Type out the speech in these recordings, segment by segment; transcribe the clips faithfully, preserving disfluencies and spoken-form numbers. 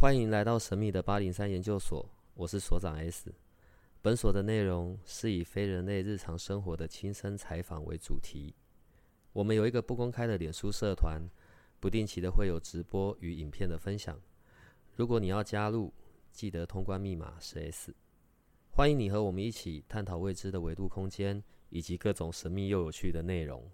欢迎来到神秘的八零三研究所，我是所长 S。 本所的内容是以非人类日常生活的亲身采访为主题。我们有一个不公开的脸书社团，不定期的会有直播与影片的分享。如果你要加入，记得通关密码是 S。 欢迎你和我们一起探讨未知的维度空间，以及各种神秘又有趣的内容。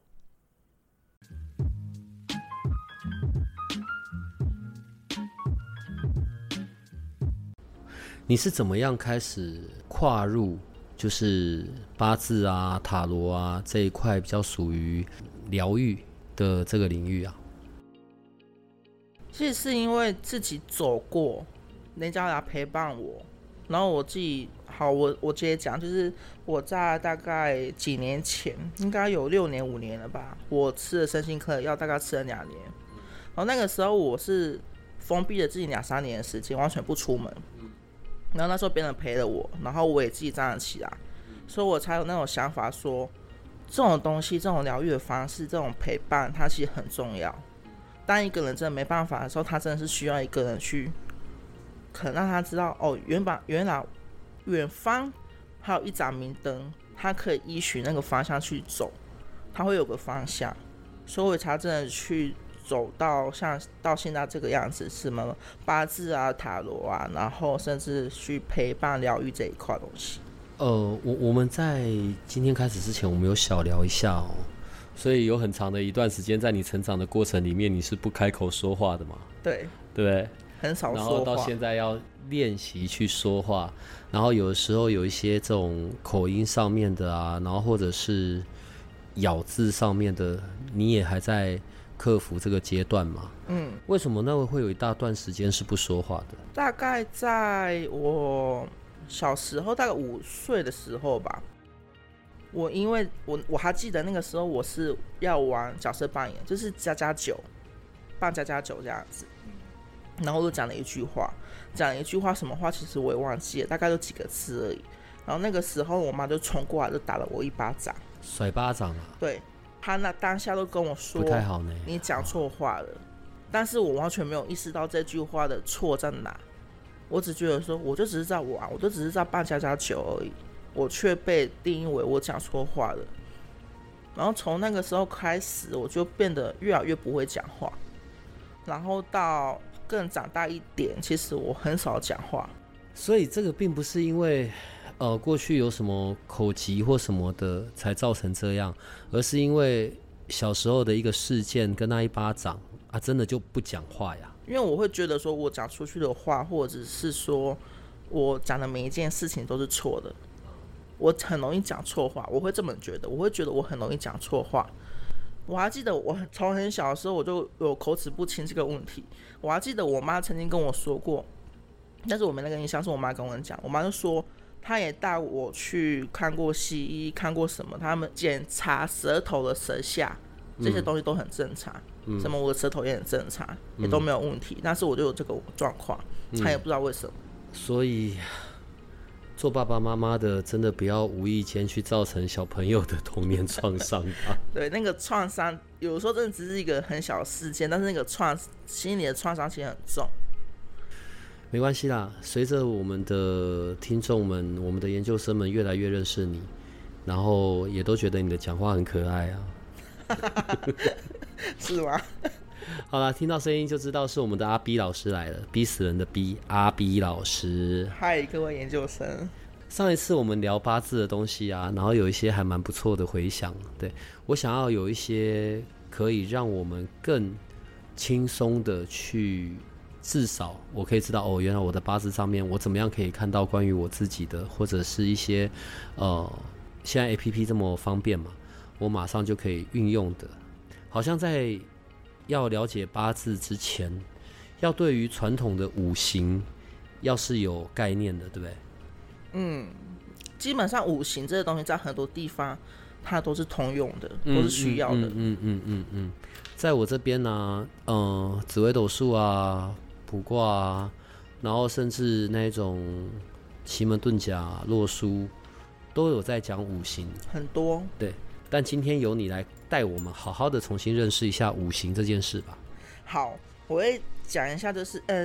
你是怎么样开始跨入就是八字啊、塔罗啊这一块比较属于疗愈的这个领域啊？ 其实是因为自己走过，人家来陪伴我，然后我自己好，我我直接讲，就是我在大概几年前，应该有六年五年了吧，我吃了身心科的药，大概吃了两年，然后那个时候我是封闭了自己两三年的时间，完全不出门。然后那时候别人陪了我，然后我也自己站了起来，所以我才有那种想法说，这种东西，这种疗愈的方式，这种陪伴，它其实很重要。当一个人真的没办法的时候，他真的是需要一个人去，可能让他知道，哦，原本原来远方还有一盏明灯，他可以依循那个方向去走，他会有个方向，所以我才真的去走到像到现在这个样子，什么八字啊、塔罗啊，然后甚至去陪伴疗愈这一块东西。 呃，我我们在今天开始之前，我们有小聊一下哦。所以有很长的一段时间，在你成长的过程里面，你是不开口说话的嘛？ 对， 对不对？ 很少说话。 然后到现在要练习去说话，然后有的时候有一些这种口音上面的啊，然后或者是咬字上面的，你也还在克服这个阶段嘛？嗯。为什么那会有一大段时间是不说话的？ 大概在我小时候，大概五岁的时候吧。我因为我我还记得那个时候我是要玩角色扮演，就是加加酒，扮加加酒这样子，然后就讲了一句话，讲了一句话什么话其实我也忘记了，大概就几个字而已。然后那个时候我妈就冲过来就打了我一巴掌， 甩巴掌啊？ 对，她那当下都跟我说不太好呢， 你讲错话了。但是我完全没有意识到这句话的错在哪，我只觉得说我就只是在玩，我就只是在扮加加酒而已。我却被定义为我讲错话了，然后从那个时候开始，我就变得越来越不会讲话，然后到更长大一点，其实我很少讲话。 所以这个并不是因为呃过去有什么口疾或什么的才造成这样，而是因为小时候的一个事件跟那一巴掌啊，真的就不讲话呀。 因为我会觉得说我讲出去的话，或者是说我讲的每一件事情都是错的。我很容易讲错话，我会这么觉得，我会觉得我很容易讲错话。我还记得我从很小的时候我就有口齿不清这个问题，我还记得我妈曾经跟我说过，但是我没那个印象，是我妈跟我讲，我妈就说她也带我去看过西医，看过什么，他们检查舌头的舌下这些东西都很正常，嗯、什么我的舌头也很正常，嗯、也都没有问题，但是我就有这个状况，她也不知道为什么。 所以做爸爸妈妈的真的不要无意间去造成小朋友的童年创伤吧。 对，那个创伤有时候真的只是一个很小的事件，但是那个创心里的创伤其实很重。 没关系啦，随着我们的听众们、我们的研究生们越来越认识你，然后也都觉得你的讲话很可爱啊。 是吗？ 好啦，听到声音就知道是我们的阿 B 老师来了，逼死人的逼，阿 B 老师。 嗨，各位研究生。 上一次我们聊八字的东西啊，然后有一些还蛮不错的回响。对，我想要有一些可以让我们更轻松的去，至少我可以知道哦，原来我的八字上面我怎么样可以看到关于我自己的，或者是一些呃，现在 A P P 这么方便嘛，我马上就可以运用的。好像在要了解八字之前，要对于传统的五行要是有概念的，对不对？ 嗯，基本上五行这个东西在很多地方它都是通用的，嗯、都是需要的。嗯嗯嗯嗯嗯。在我这边呢、啊，呃，紫微斗数啊、卜卦啊，然后甚至那种奇门遁甲、洛书，都有在讲五行， 很多。 对。但今天由你来带我们好好的重新认识一下五行这件事吧。 好，我会讲一下，就是嗯，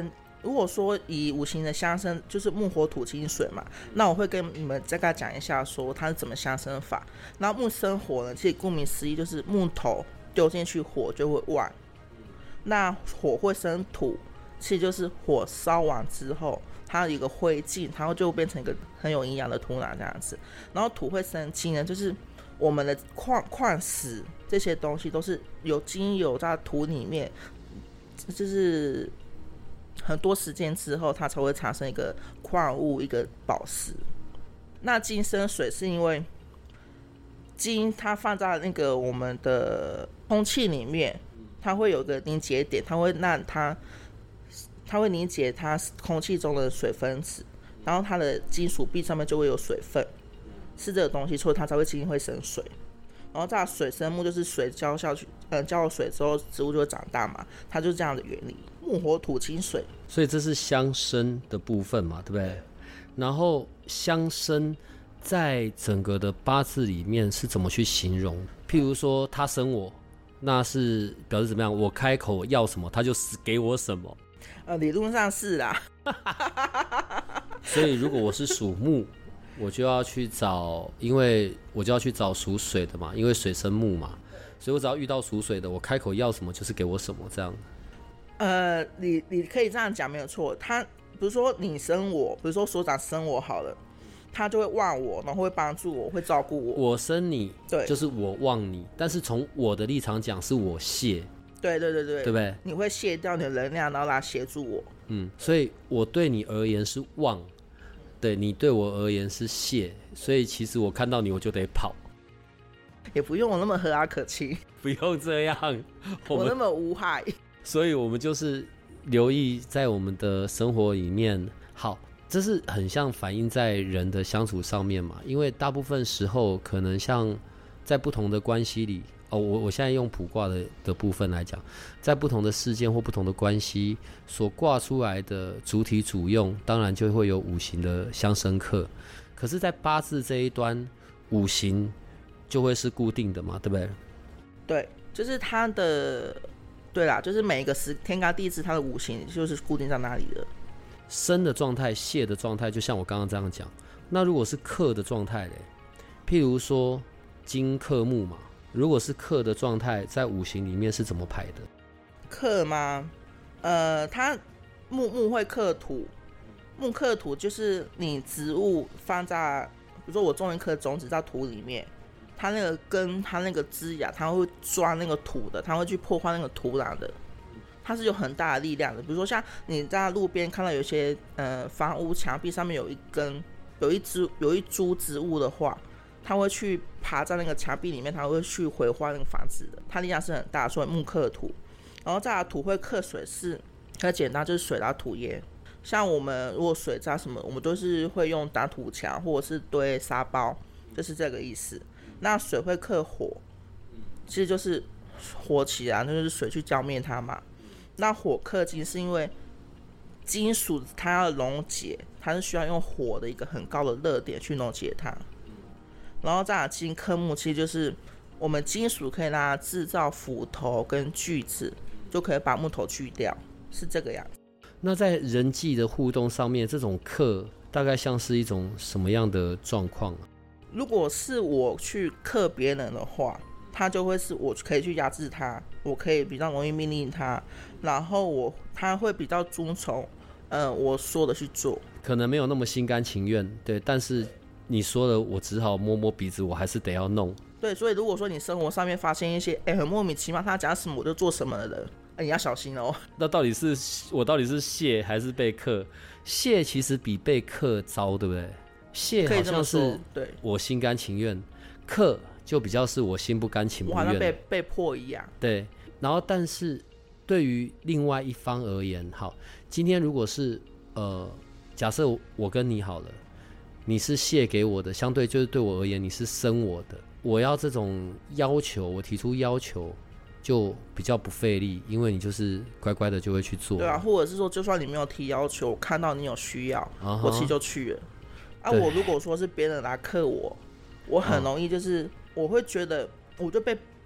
如果说以五行的相生，就是木火土金水嘛，那我会跟你们再概讲一下说它是怎么相生法。然后木生火呢，其实顾名思义就是木头丢进去火就会旺，那火会生土，其实就是火烧完之后它有一个灰烬，它就变成一个很有营养的土壤这样子。然后土会生金呢，就是我们的矿矿石这些东西都是有经由在土里面，就是很多时间之后它才会产生一个矿物，一个宝石。那金生水是因为金它放在那个我们的空气里面，它会有一个凝结点，它会让它它会凝结它空气中的水分子，然后它的金属壁上面就会有水分，是这个东西，所以它才会轻易会生水。然后再水生木，就是水浇下去，呃，浇了水之后，植物就会长大嘛，它就是这样的原理。木火土金水， 所以这是相生的部分嘛，对不对？然后相生在整个的八字里面是怎么去形容？譬如说他生我，那是表示怎么样？我开口要什么，他就给我什么。 呃，理论上是啦。 所以如果我是属木，我就要去找，因为我就要去找属水的嘛，因为水生木嘛，所以我只要遇到属水的，我开口要什么就是给我什么，这样。 呃，你你可以这样讲没有错。他比如说你生我，比如说所长生我好了，他就会旺我，然后会帮助我，会照顾我。 我生你， 对， 就是我旺你，但是从我的立场讲，是我泄。 对对对对， 对不对？ 你会卸掉你的能量，然后来协助我。 嗯，所以我对你而言是旺。对，你对我而言是谢，所以其实我看到你我就得跑， 也不用我那么和蔼可亲， 不用这样， 我, 我那么无害， 所以我们就是留意在我们的生活里面。好，这是很像反映在人的相处上面嘛，因为大部分时候可能像在不同的关系里。哦、我, 我现在用卜卦 的, 的部分来讲，在不同的事件或不同的关系所卦出来的主体主用，当然就会有五行的相生克。可是在八字这一端，五行就会是固定的嘛，对不对？ 对，就是它的，对啦，就是每一个时天干地支它的五行就是固定在哪里的。 生的状态、泄的状态，就像我刚刚这样讲。那如果是克的状态嘞，譬如说金克木嘛，如果是克的状态，在五行里面是怎么排的？ 克吗？呃，它木木会克土，木克土就是你植物放在，比如说我种一颗种子在土里面，它那个根、它那个枝芽，它会钻那个土的，它会去破坏那个土壤的，它是有很大的力量的。比如说像你在路边看到有些呃房屋墙壁上面有一根、有一株、有一株植物的话，它会去爬在那个墙壁里面，它会去毁坏那个房子的，它力量是很大，所以木克土。然后再来土会克水，是很简单，就是水拉土淹。像我们如果水渣什么，我们都是会用打土墙或者是堆沙包，就是这个意思。那水会克火，其实就是火起来，那就是水去浇灭它嘛。那火克金是因为金属它要溶解，它是需要用火的一个很高的热点去溶解它。然后再来金克木，其实就是我们金属可以让它制造斧头跟锯子，就可以把木头锯掉，是这个样子。 那在人际的互动上面，这种克大概像是一种什么样的状况啊？ 如果是我去克别人的话，他就会是我可以去压制他，我可以比较容易命令他，然后我他会比较遵从，呃，我说的去做， 可能没有那么心甘情愿，对，但是你说了，我只好摸摸鼻子，我还是得要弄。 对，所以如果说你生活上面发现一些哎很莫名其妙，他讲什么我就做什么的人，哎，你要小心哦。 那到底是我到底是泄还是被克？泄其实比被克糟，对不对？泄好像是我心甘情愿，克就比较是我心不甘情不愿， 我好像被被迫一样。 对，然后但是对于另外一方而言，好，今天如果是呃，假设我跟你好了。你是泄给我的，相对就是对我而言你是生我的，我要这种要求，我提出要求就比较不费力，因为你就是乖乖的就会去做。 对啊，或者是说就算你没有提要求，我看到你有需要、uh-huh. 我其实就去了啊。我如果说是别人来克我，我很容易就是、uh-huh. 我会觉得我就被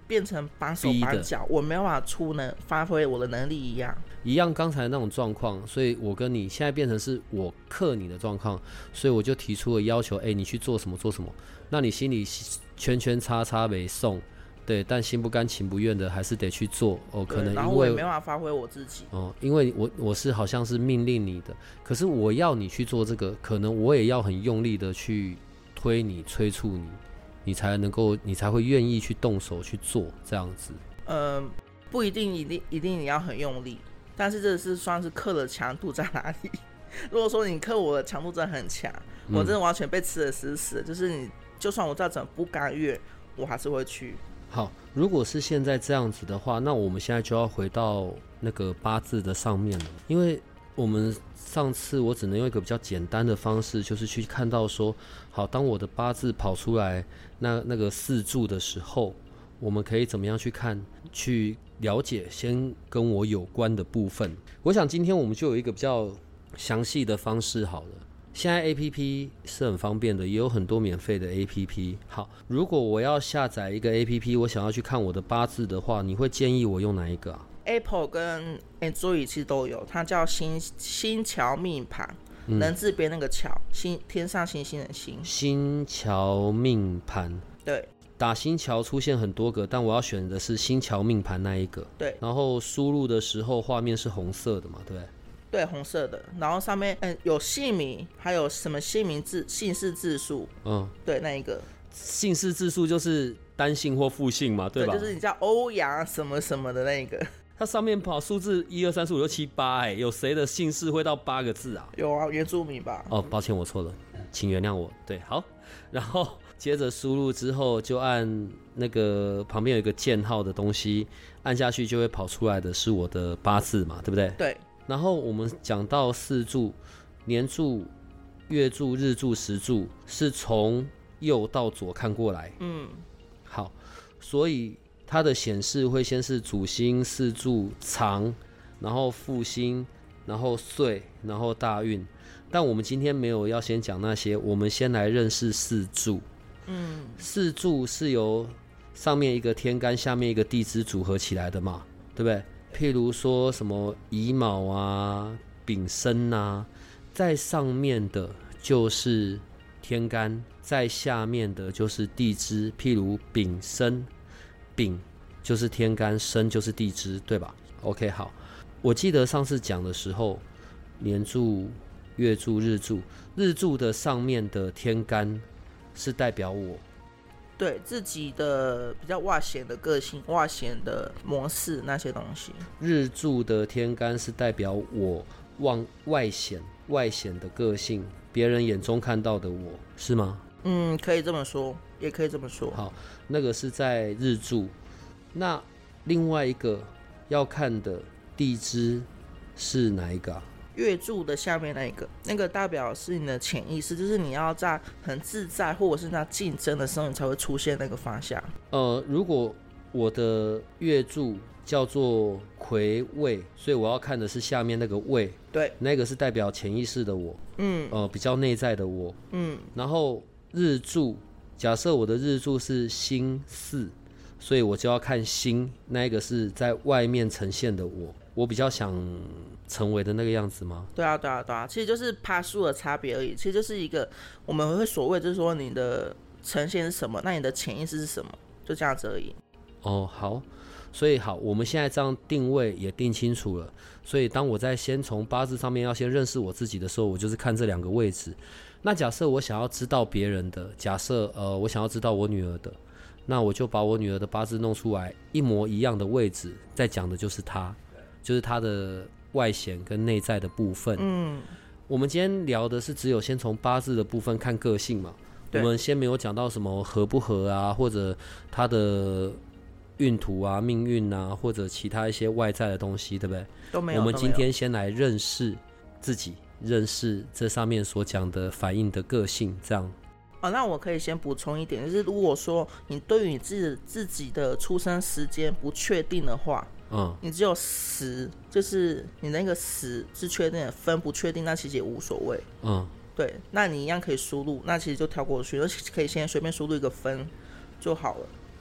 变成绑手绑脚，我没办法出能发挥我的能力一样。 一样刚才那种状况，所以我跟你现在变成是我克你的状况，所以我就提出了要求，哎，你去做什么做什么，那你心里圈圈叉叉没送，对，但心不甘情不愿的还是得去做哦，可能因为然后我也没办法发挥我自己哦，因为我我是好像是命令你的，可是我要你去做这个，可能我也要很用力的去推你催促你，你才能够你才会愿意去动手去做这样子。 呃，不一定一定一定你要很用力，但是这是算是克的强度在哪里？如果说你克我的强度真的很强，我真的完全被吃得死死的，就是你就算我再怎么不甘愿，我还是会去。 好，如果是现在这样子的话，那我们现在就要回到那个八字的上面了，因为我们上次我只能用一个比较简单的方式，就是去看到说，好，当我的八字跑出来那那个四柱的时候，我们可以怎么样去看，去了解先跟我有关的部分。我想今天我们就有一个比较详细的方式好了。现在 A P P 是很方便的，也有很多免费的 A P P。好，如果我要下载一个 A P P， 我想要去看我的八字的话，你会建议我用哪一个啊？ Apple 跟 Android 其实都有，它叫星星桥命盘，嗯、人字边那个桥，星天上星星的星。 星桥命盘。 对。 打星桥出现很多个，但我要选的是星桥命盘那一个。 对。 然后输入的时候画面是红色的嘛，对不对？ 对，红色的，然后上面嗯有姓名，还有什么姓名字、姓氏字数，嗯，对，那一个姓氏字数就是单姓或复姓嘛，对吧？ 对，就是你叫欧阳什么什么的那一个。 它上面跑数字一二三四五六七八，哎，有谁的姓氏会到八个字啊？ 有啊，原住民吧？ 哦，抱歉，我错了，请原谅我。对，好，然后接着输入之后，就按那个旁边有一个箭号的东西，按下去就会跑出来的是我的八字嘛，对不对？ 对。 然后我们讲到四柱，年柱、月柱、日柱、时柱，是从右到左看过来。嗯，好，所以它的显示会先是主星、四柱、长，然后副星，然后岁，然后大运。但我们今天没有要先讲那些，我们先来认识四柱。嗯，四柱是由上面一个天干，下面一个地支组合起来的嘛，对不对？譬如说什么乙卯啊、丙申啊，在上面的就是天干，在下面的就是地支。譬如丙申，丙就是天干，申就是地支，对吧 ？OK， 好。我记得上次讲的时候，年柱、月柱、日柱，日柱的上面的天干是代表我。 对自己的比较外显的个性、外显的模式那些东西。 日柱的天干是代表我往外显、外显的个性，别人眼中看到的我，是吗？ 嗯，可以这么说，也可以这么说。 好，那个是在日柱。那另外一个要看的地支是哪一个啊？ 月柱的下面那一个，那个代表是你的潜意识，就是你要在很自在或者是在竞争的时候，你才会出现那个方向。 呃，如果我的月柱叫做癸未，所以我要看的是下面那个未， 对， 那个是代表潜意识的我，嗯，呃，比较内在的我，嗯。然后日柱，假设我的日柱是辛巳，所以我就要看辛，那个是在外面呈现的我。我比较想成为的那个样子吗？ 对啊，对啊，对啊，其实就是趴数的差别而已。其实就是一个我们会所谓就是说你的呈现是什么，那你的潜意识是什么，就这样子而已。 哦，好，所以好，我们现在这样定位也定清楚了。所以当我在先从八字上面要先认识我自己的时候，我就是看这两个位置。那假设我想要知道别人的，假设呃我想要知道我女儿的，那我就把我女儿的八字弄出来，一模一样的位置，再讲的就是她。就是它的外显跟内在的部分。嗯，我们今天聊的是只有先从八字的部分看个性嘛，我们先没有讲到什么合不合啊，或者它的运途啊、命运啊，或者其他一些外在的东西，对不对？ 都没有。 我们今天先来认识自己，认识这上面所讲的反映的个性，这样。 哦，那我可以先补充一点，就是如果说你对于你自己自己的出生时间不确定的话，嗯，你只有时，就是你那个时是确定的，分不确定，那其实也无所谓。嗯，对，那你一样可以输入，那其实就跳过去，而且可以先随便输入一个分就好了，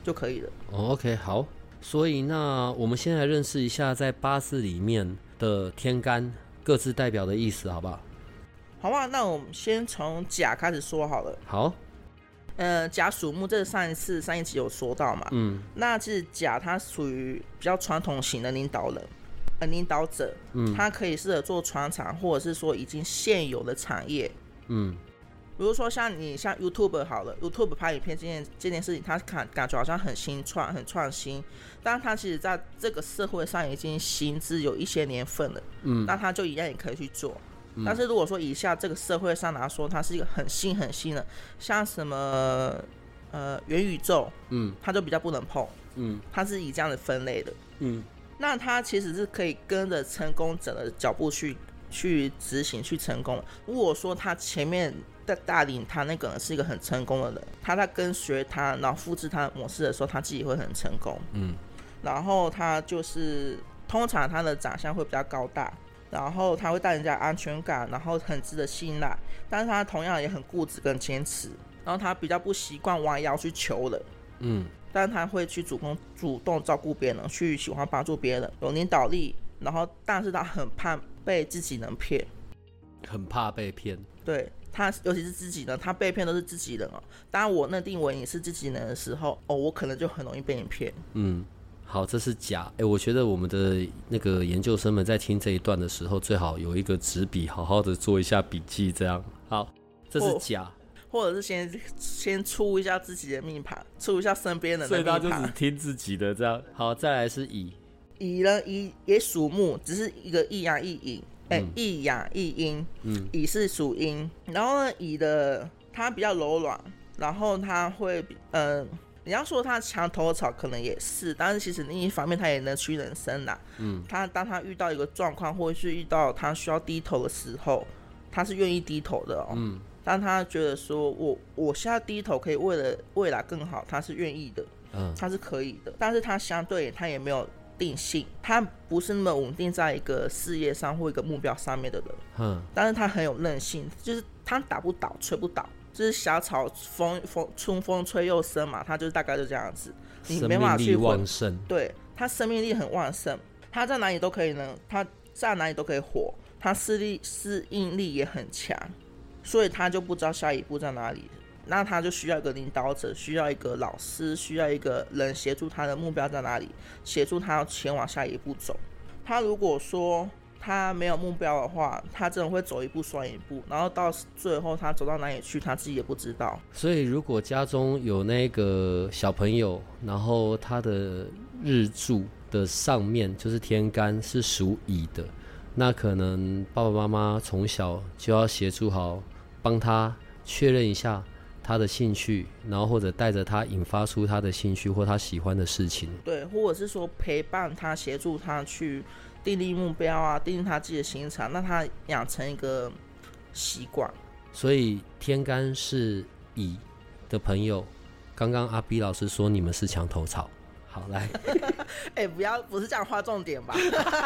就可以了。 哦 ，OK， 好。所以那我们先来认识一下在八字里面的天干各自代表的意思，好不好？ 好吧，那我们先从甲开始说好了。 好。 呃，甲属木，这个上一次上一集有说到嘛。 嗯。 那其实甲它属于比较传统型的领导人，呃，领导者。嗯。他可以适合做传产，或者是说已经现有的产业。嗯。比如说像你像 YouTube 好了 ，YouTube 拍影片这件这件事情，它感感觉好像很新创、很创新，但它其实在这个社会上已经行之有一些年份了。嗯。那它就一样也可以去做。嗯、但是如果说以下这个社会上来说，它是一个很新很新的，像什么呃元宇宙，嗯，它就比较不能碰。嗯。它是以这样的分类的。嗯。那它其实是可以跟着成功者的脚步去去执行去成功。如果说他前面在带领他那个人是一个很成功的人，他在跟随他，然后复制他的模式的时候，他自己会很成功。嗯。然后他就是通常他的长相会比较高大，然后他会带人家安全感，然后很值得信赖，但是他同样也很固执跟坚持，然后他比较不习惯弯腰去求人。嗯。但是他会去主动主动照顾别人，去喜欢帮助别人，有领导力，然后但是他很怕被自己人骗， 很怕被骗。 对，他尤其是自己人，他被骗都是自己人哦。当我认定为你是自己人的时候，哦，我可能就很容易被你骗。 嗯，好，这是甲。哎，我觉得我们的那个研究生们在听这一段的时候，最好有一个纸笔，好好的做一下笔记。这样，好，这是甲， 或者是先先出一下自己的命盘，出一下身边人的命盘， 所以他就只听自己的这样。好，再来是乙。 乙呢，乙也属木，只是一个一阳一阴。哎、欸，一阳一阴，嗯，乙是属阴，然后呢，乙的它比较柔软，然后它会，嗯、呃，你要说它墙头草可能也是，但是其实另一方面它也能屈人伸啦，嗯，他当他遇到一个状况，或者是遇到他需要低头的时候，他是愿意低头的哦，嗯，当他觉得说我我现在低头可以为了未来更好，他是愿意的，嗯，他是可以的，但是他相对他也没有定性，他不是那么稳定在一个事业上或一个目标上面的人，嗯，但是他很有韧性，就是他打不倒吹不倒，就是小草风风春风吹又生嘛，他就是大概就这样子，你没办法去生命力旺盛， 对，他生命力很旺盛，他在哪里都可以呢，他在哪里都可以活，他适力适应力也很强，所以他就不知道下一步在哪里。那他就需要一个领导者，需要一个老师，需要一个人协助他的目标在哪里，协助他前往下一步走。他如果说他没有目标的话，他真的会走一步算一步，然后到最后他走到哪里去，他自己也不知道。 所以如果家中有那个小朋友，然后他的日柱的上面就是天干是属乙的，那可能爸爸妈妈从小就要协助好，帮他确认一下他的兴趣，然后或者带着他引发出他的兴趣或他喜欢的事情， 对，或者是说陪伴他，协助他去订立目标啊，订立他自己的行程，让他养成一个习惯。 所以天干是乙的朋友，刚刚阿 B 老师说你们是墙头草，好来， 哎、欸，不要不是这样划重点吧？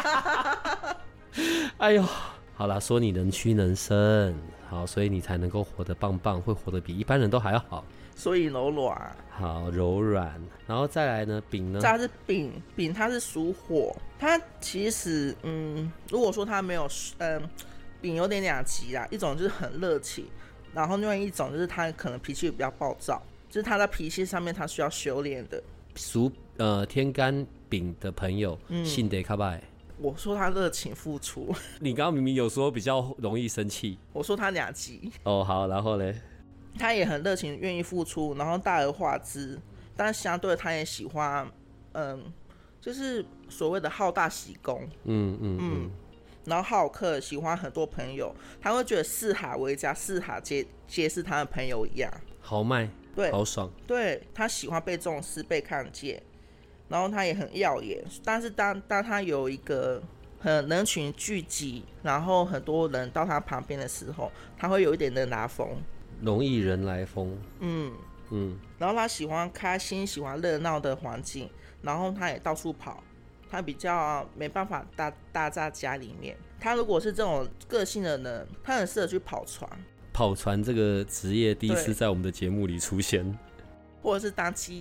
哎呦，好啦，说你能屈能伸。好，所以你才能够活得棒棒，会活得比一般人都还要好。所以柔软， 好柔软，然后再来呢，丙呢？ 再来是丙，丙它是属火，它其实嗯，如果说它没有嗯，丙有点两极啦，一种就是很热情，然后另外一种就是他可能脾气比较暴躁，就是他在脾气上面他需要修炼的。 属呃天干丙的朋友，嗯，性得卡拜。 我说他热情付出， 你刚刚明明有说比较容易生气， 我说他两极。 哦，好，然后嘞， 他也很热情，愿意付出，然后大而化之，但相对他也喜欢，嗯，就是所谓的好大喜功，嗯嗯嗯，然后好客，喜欢很多朋友，他会觉得四海为家，四海皆皆是他的朋友一样， 豪迈， 对， 豪爽， 对，他喜欢被重视、被看见。然后他也很耀眼，但是当当他有一个很人群聚集，然后很多人到他旁边的时候，他会有一点人来疯， 容易人来疯。嗯嗯。然后他喜欢开心、喜欢热闹的环境，然后他也到处跑，他比较没办法待待在家里面。他如果是这种个性的人，他很适合去跑船。 跑船这个职业第一次在我们的节目里出现。 或者是当机长，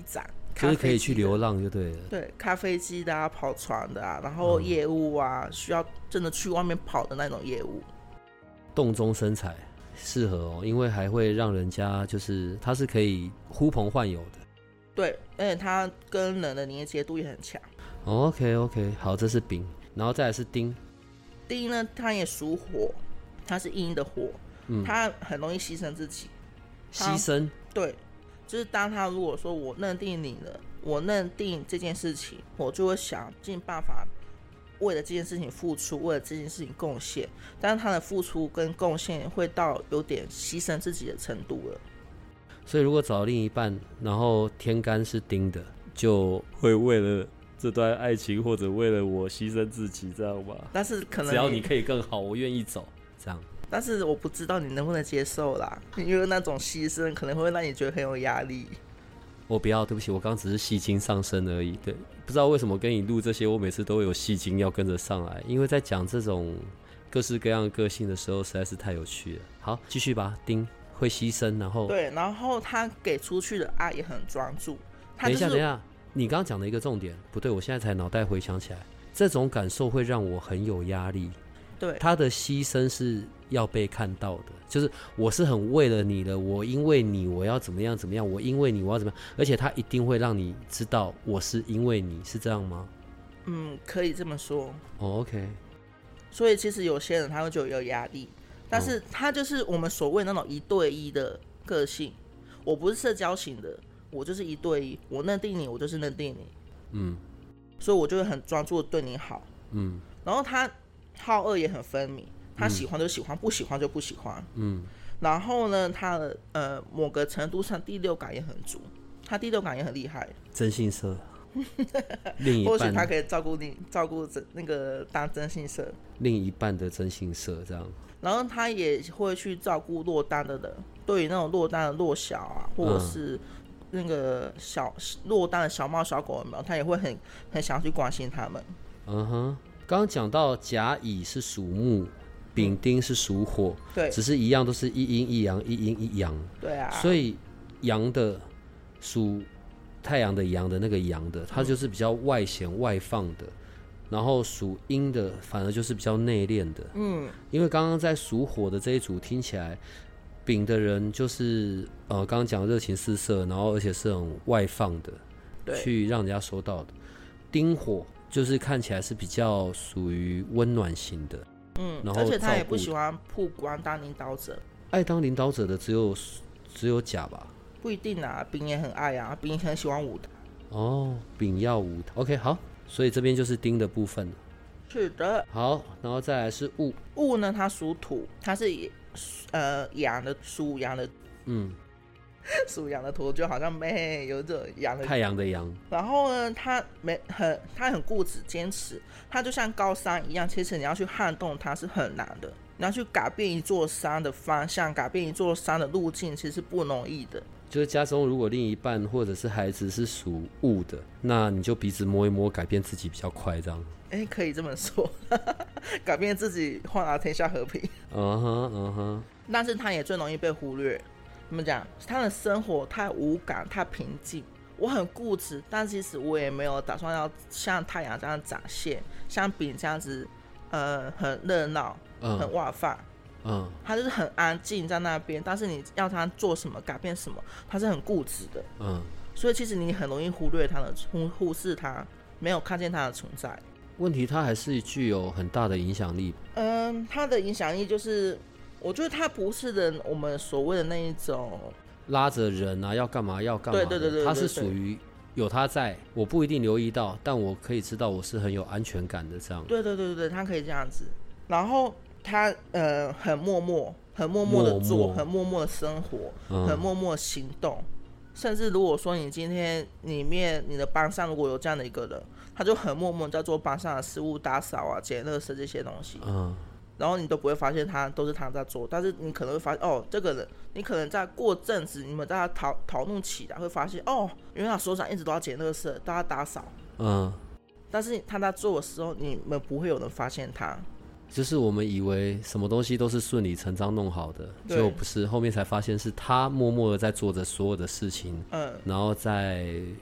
就是可以去流浪就对了。 对，开飞机的啊，跑船的啊，然后业务啊，嗯、需要真的去外面跑的那种业务。 洞中生财适合哦，因为还会让人家就是它是可以呼朋唤友的。 对，而且它跟人的连接度也很强。 哦、OK OK， 好，这是丙，然后再来是丁。 丁呢，它也属火，它是阴的火，嗯、它很容易牺牲自己。 牺牲？ 对，就是当他如果说我认定你了，我认定这件事情，我就会想尽办法为了这件事情付出，为了这件事情贡献。但是他的付出跟贡献会到有点牺牲自己的程度了。 所以如果找另一半，然后天干是丁的，就会为了这段爱情或者为了我牺牲自己，这样吧？ 但是可能只要你可以更好，我愿意走，这样。 但是我不知道你能不能接受啦，因为那种牺牲可能会让你觉得很有压力。 我不要，对不起，我刚只是戏精上身而已。对，不知道为什么跟你录这些，我每次都会有戏精要跟着上来，因为在讲这种各式各样的个性的时候，实在是太有趣了。好，继续吧。丁会牺牲，然后对，然后他给出去的爱也很专注。他就是、 等一下， 等一下，你刚刚讲的一个重点不对，我现在才脑袋回想起来，这种感受会让我很有压力。 对， 他的牺牲是要被看到的，就是我是很为了你的，我因为你我要怎么样怎么样，我因为你我要怎么样，而且他一定会让你知道我是因为你，是这样吗？ 嗯，可以这么说。 哦 ，OK。 所以其实有些人他会觉得有压力，但是他就是我们所谓那种一对一的个性。我不是社交型的，我就是一对一，我认定你，我就是认定你。嗯，所以我就会很专注的对你好。嗯，然后他好恶也很分明，他喜欢就喜欢，嗯、不喜欢就不喜欢。嗯，然后呢，他的呃某个程度上第六感也很足，他第六感也很厉害。 征信社，另一半， 或许他可以照顾你，照顾那个当征信社， 另一半的征信社这样。 然后他也会去照顾落单的人，对于那种落单的弱小啊，或者是那个小落单的小猫小狗有没有，他也会很很想要去关心他们。 嗯哼。刚刚讲到甲乙是属木，丙丁是属火， 对， 只是一样都是一阴一阳，一阴一阳， 对啊。 所以阳的属太阳的阳的那个阳的，它就是比较外显外放的，然后属阴的反而就是比较内敛的。嗯，因为刚刚在属火的这一组听起来，丙的人就是呃刚刚讲热情四射，然后而且是很外放的，去让人家收到的。丁火就是看起来是比较属于温暖型的，嗯，然后而且他也不喜欢曝光当领导者， 爱当领导者的只有只有甲吧？ 不一定啊，丙也很爱啊，丙很喜欢舞台。 哦，丙要舞台 ，OK， 好，所以这边就是丁的部分了。 是的。 好，然后再来是戊， 戊呢，它属土，它是呃阳的，属阳的，嗯。属羊的图就好像没有着羊的太阳的阳， 然后呢，他没很他很固执坚持，他就像高山一样，其实你要去撼动它是很难的，你要去改变一座山的方向，改变一座山的路径，其实是不容易的。 就是家中如果另一半或者是孩子是属戊的，那你就鼻子摸一摸，改变自己比较快，这样。 哎，可以这么说，改变自己，换来天下和平。 嗯哼嗯哼， 但是他也最容易被忽略。怎么讲？他的生活太无感，太平静。我很固执，但其实我也没有打算要像太阳这样展现，像丙这样子，呃，很热闹，嗯、很外放。嗯，他就是很安静在那边，但是你要他做什么，改变什么，他是很固执的。嗯，所以其实你很容易忽略他的，忽忽视他，没有看见他的存在。 问题他还是具有很大的影响力。 嗯，他的影响力就是。我觉得他不是的，我们所谓的那一种拉着人啊，要干嘛要干嘛的。对对对对，他是属于有他在，我不一定留意到，但我可以知道我是很有安全感的这样。 对对对对，他可以这样子。然后他呃很默默，很默默的做，默默很默默的生活，嗯、很默默的行动。甚至如果说你今天里面你的班上如果有这样的一个人，他就很默默在做班上的事务，打扫啊、捡垃圾这些东西。嗯。然后你都不会发现他都是他在做，但是你可能会发现哦，这个人你可能在过阵子，你们大家讨讨论起来会发现哦，原来他所长一直都要捡垃圾，都要打扫，嗯，但是他在做的时候，你们不会有人发现他。 就是我们以为什么东西都是顺理成章弄好的，结果不是，后面才发现是他默默的在做着所有的事情，嗯，然后在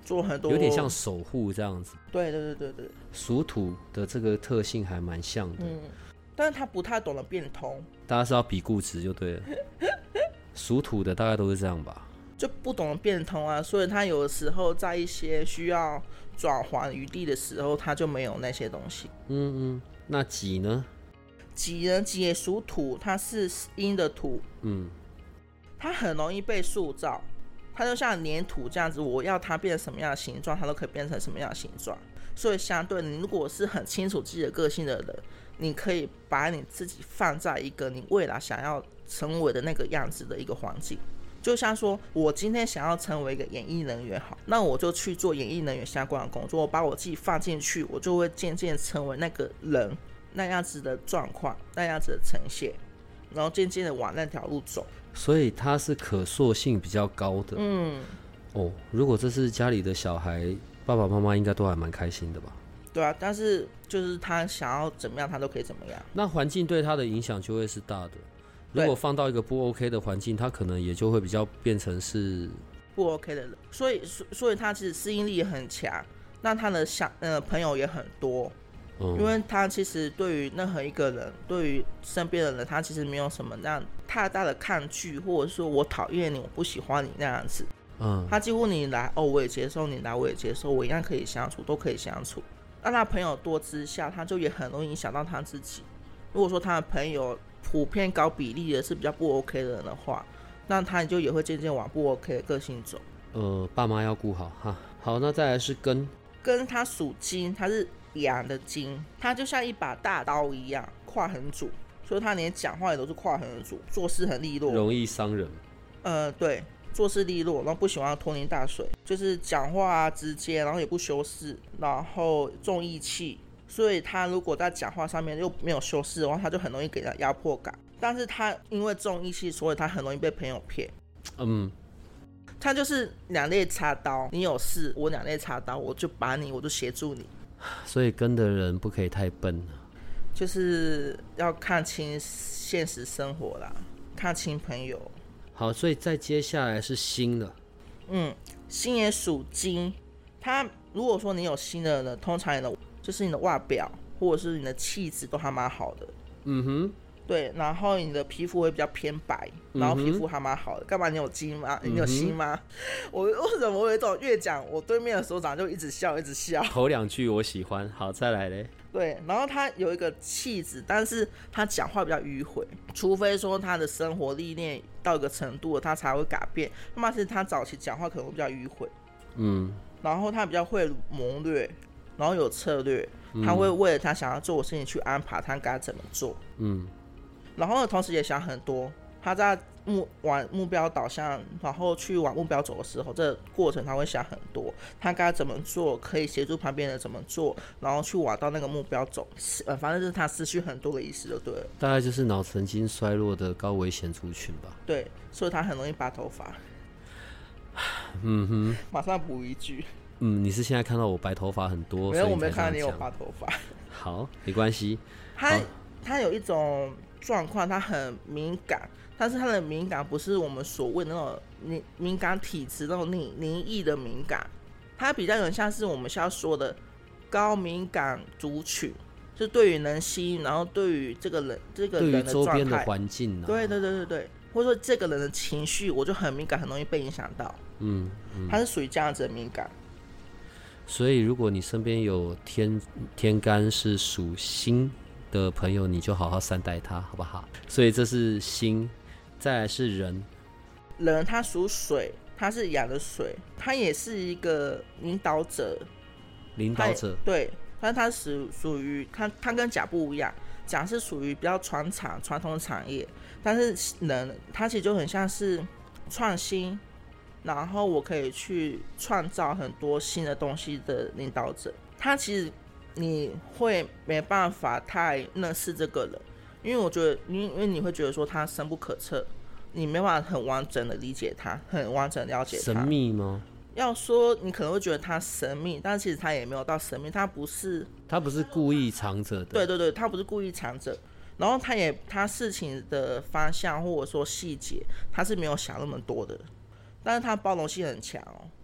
做很多， 有点像守护这样子。 对对对对对， 属土的这个特性还蛮像的， 嗯，但是他不太懂得变通， 大家是要比固执就对了。属土的大概都是这样吧， 就不懂得变通啊，所以他有的时候在一些需要转圜余地的时候，他就没有那些东西。 嗯嗯，那己呢？ 己呢，己也属土，它是阴的土， 嗯， 它很容易被塑造，它就像粘土这样子，我要它变成什么样的形状，它都可以变成什么样的形状。所以相对你如果是很清楚自己的个性的人，你可以把你自己放在一个你未来想要成为的那个样子的一个环境。就像说我今天想要成为一个演艺人员好，那我就去做演艺人员相关的工作，我把我自己放进去，我就会渐渐成为那个人那样子的状况，那样子的呈现，然后渐渐的往那条路走。 所以它是可塑性比较高的。 嗯， 哦，如果这是家里的小孩，爸爸妈妈应该都还蛮开心的吧？ 对啊，但是就是他想要怎么样，他都可以怎么样。 那环境对他的影响就会是大的。如果放到一个不 OK 的环境，他可能也就会比较变成是不 OK 的人。所以，所以他其实适应力也很强，那他的想呃朋友也很多。嗯、因为他其实对于任何一个人，对于身边的人，他其实没有什么那样太大的抗拒，或者说我讨厌你，我不喜欢你那样子。嗯，他几乎你来哦，我也接受；你来我也接受，我一样可以相处，都可以相处。那他朋友多之下，他就也很容易影响到他自己。如果说他的朋友普遍高比例的是比较不 OK 的人的话，那他就也会渐渐往不 OK 的个性走。 呃，爸妈要顾好哈。好，那再来是根， 根它属金，它是阳的金，它就像一把大刀一样，跨横主，所以他连讲话也都是跨横主，做事很利落， 容易伤人。 呃，对，做事利落，然后不喜欢拖泥带水，就是讲话啊直接，然后也不修饰，然后重义气，所以他如果在讲话上面又没有修饰的话，他就很容易给人压迫感。但是他因为重义气，所以他很容易被朋友骗。嗯。他就是两肋插刀，你有事，我两肋插刀，我就把你，我就协助你。 所以跟的人不可以太笨， 就是要看清现实生活啦，看清朋友。 好，所以再接下来是辛了。 嗯，辛也属金，他如果说你有辛的人，通常你的就是你的外表或者是你的气质都还蛮好的。嗯哼。对，然后你的皮肤会比较偏白，然后皮肤还蛮好的。干嘛？你有金吗？你有心吗？嗯、我为什么我有一种越讲，我对面的首长就一直笑，一直笑。 头两句我喜欢，好，再来嘞。 对，然后他有一个气质，但是他讲话比较迂回，除非说他的生活历练到一个程度了，他才会改变。那么是他早期讲话可能会比较迂回，嗯，然后他比较会谋略，然后有策略，他会为了他想要做的事情去安排他该怎么做，嗯。然后同时也想很多，他在目往目标导向，然后去往目标走的时候，这个过程他会想很多，他该怎么做，可以协助旁边人怎么做，然后去往到那个目标走，呃，反正就是他思绪很多的意思就对了。 大概就是脑神经衰弱的高危险族群吧。 对，所以他很容易拔头发。嗯哼，马上补一句。 嗯，你是现在看到我白头发很多？ 没有，我没看到你有白头发。 好，没关系。 他他有一种状况，他很敏感，但是他的敏感不是我们所谓的那种敏敏感体质那种灵灵异的敏感，他比较有点像是我们现在说的高敏感族群，就对于人心，然后对于这个人这个人的状态， 对于周边的环境、啊， 对对对对对，或者说这个人的情绪，我就很敏感，很容易被影响到。嗯，嗯他是属于这样子的敏感。 所以，如果你身边有天天干是属辛的朋友，你就好好善待他，好不好？所以这是辛，再来是人。 人他属水，他是阳的水，他也是一个领导者。 领导者对，但是他属属于他，他跟甲不一样，甲是属于比较传产传统产业，但是人他其实就很像是创新。然后我可以去创造很多新的东西的领导者，他其实你会没办法太认识这个人，因为我觉得，因为你会觉得说他深不可测，你没办法很完整的理解他，很完整了解他。 神秘吗？ 要说你可能会觉得他神秘，但其实他也没有到神秘，他不是， 他不是故意藏着的。 对对对，他不是故意藏着，然后他也他事情的方向或者说细节，他是没有想那么多的。但是他包容性很强哦，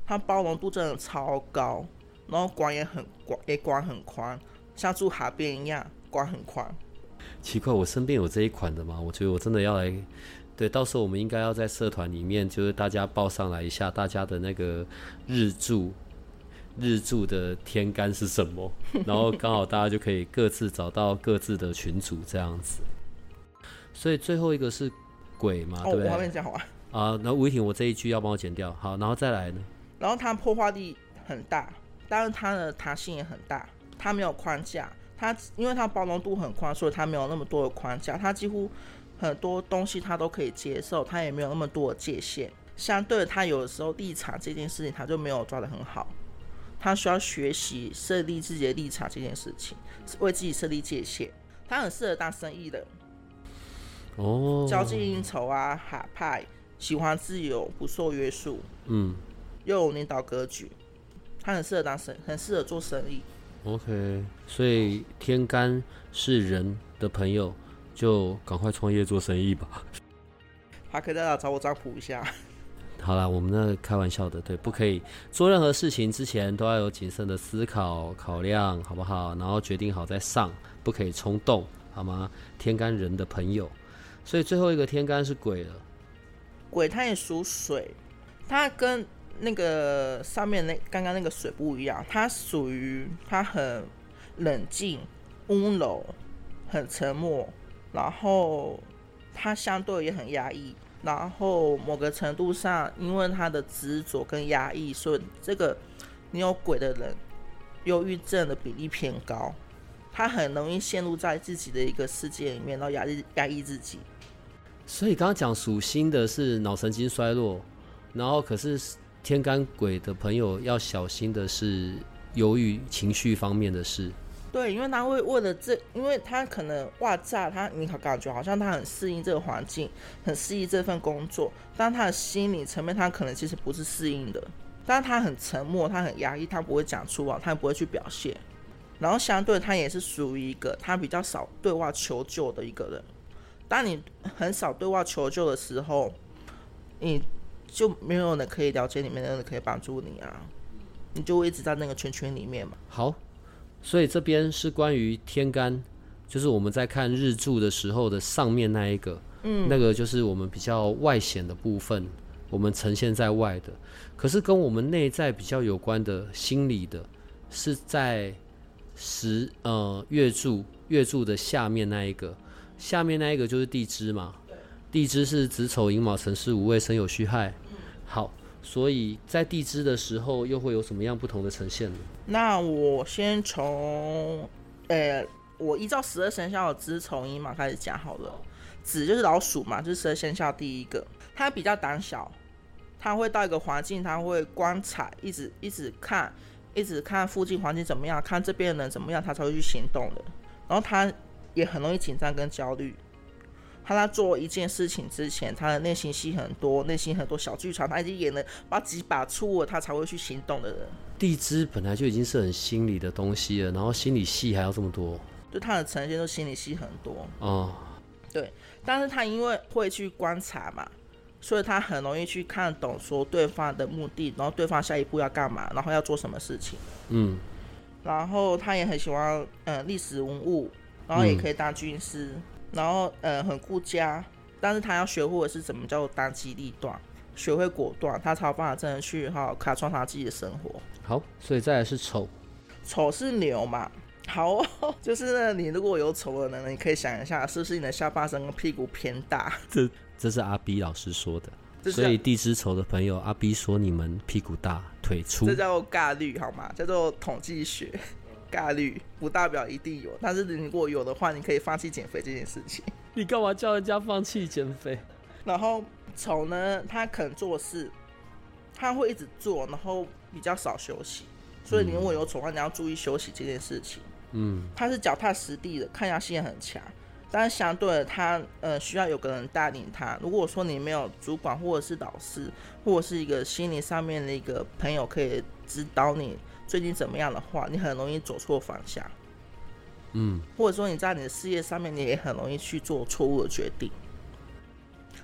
它包容度真的超高，然后管也很广，也管很宽，像住海边一样，管很宽。 奇怪，我身边有这一款的吗？我觉得我真的要来，对，到时候我们应该要在社团里面，就是大家报上来一下大家的那个日柱。日柱的天干是什么？然后刚好大家就可以各自找到各自的群组这样子。所以最后一个是鬼嘛， 哦、 对不对？ 我还没讲完啊。那吴依婷，我这一句要帮我剪掉。好，然后再来呢？ 然后它破坏力很大，但是它的弹性也很大，它没有框架。它因为它包容度很宽，所以它没有那么多的框架，它几乎很多东西它都可以接受，它也没有那么多的界限。相对的，它有的时候立场这件事情，它就没有抓得很好。他需要学习设立自己的立场这件事情，为自己设立界限。他很适合当生意人， 哦， 交际应酬啊，海派，喜欢自由，不受约束， 嗯， 又有领导格局，他很适合当生，很适合做生意。 OK， 所以天干是人的朋友，就赶快创业做生意吧。 他可以再来找我占卜一下。 好啦，我们那开玩笑的，对，不可以做任何事情之前都要有谨慎的思考考量，好不好？然后决定好再上，不可以冲动，好吗？天干人的朋友，所以最后一个天干是鬼了。 鬼它也属水，它跟那个上面那刚刚那个水不一样，它属于它很冷静、温柔、很沉默，然后它相对也很压抑。然后某个程度上，因为他的执着跟压抑，所以这个你有鬼的人，忧郁症的比例偏高，他很容易陷入在自己的一个世界里面，然后压抑压抑自己。 所以刚刚讲属心的是脑神经衰弱，然后可是天干鬼的朋友要小心的是忧郁情绪方面的事。 对，因为他会为了这，因为他可能哇炸他，你感觉好像他很适应这个环境，很适应这份工作，但他的心理层面他可能其实不是适应的，但他很沉默，他很压抑，他不会讲出来，他也不会去表现。然后相对他也是属于一个他比较少对外求救的一个人。当你很少对外求救的时候，你就没有人可以了解你，没有人可以帮助你啊，你就会一直在那个圈圈里面嘛。 好。所以这边是关于天干，就是我们在看日柱的时候的上面那一个，嗯，那个就是我们比较外显的部分，我们呈现在外的。可是跟我们内在比较有关的心理的，是在十呃月柱月柱的下面那一个，下面那一个就是地支嘛，地支是子丑寅卯辰巳午未申酉戌亥，好。所以在地支的时候，又会有什么样不同的呈现呢？ 那我先从，呃，我依照十二生肖的子丑寅卯开始讲好了。子就是老鼠嘛，就是十二生肖第一个。他比较胆小，他会到一个环境，他会观察，一直一直看，一直看附近环境怎么样，看这边的人怎么样，他才会去行动的。然后他也很容易紧张跟焦虑。他在做一件事情之前，他的内心戏很多，内心很多小剧场，他已经演了把几把出了，他才会去行动的人。 地支本来就已经是很心理的东西了，然后心理戏还要这么多， 就他的呈现都心理戏很多哦。 对，但是他因为会去观察嘛，所以他很容易去看懂说对方的目的，然后对方下一步要干嘛，然后要做什么事情。 嗯， 然后他也很喜欢呃历史文物，然后也可以当军师。嗯，然后呃很顾家，但是他要学会的是怎么叫做当机立断，学会果断，他才有办法真的去好好开创他自己的生活。 好，所以再来是丑， 丑是牛嘛。好、哦，就是呢，你如果有丑的人，你可以想一下，是不是你的下半身跟屁股偏大？ 这这是阿 B 老师说的，所以地支丑的朋友，阿 B 说你们屁股大腿粗， 这叫做概率好吗？叫做统计学。概率不代表一定有，但是如果有的话，你可以放弃减肥这件事情。 你干嘛叫人家放弃减肥？ 然后丑呢，他肯做事，他会一直做，然后比较少休息。所以你如果有丑的话，你要注意休息这件事情。嗯，他是脚踏实地的，抗压性很强，但是相对的他呃需要有个人带领他。如果说你没有主管或者是导师，或者是一个心理上面的一个朋友可以指导你最近怎么样的话，你很容易走错方向。嗯，或者说你在你的事业上面，你也很容易去做错误的决定。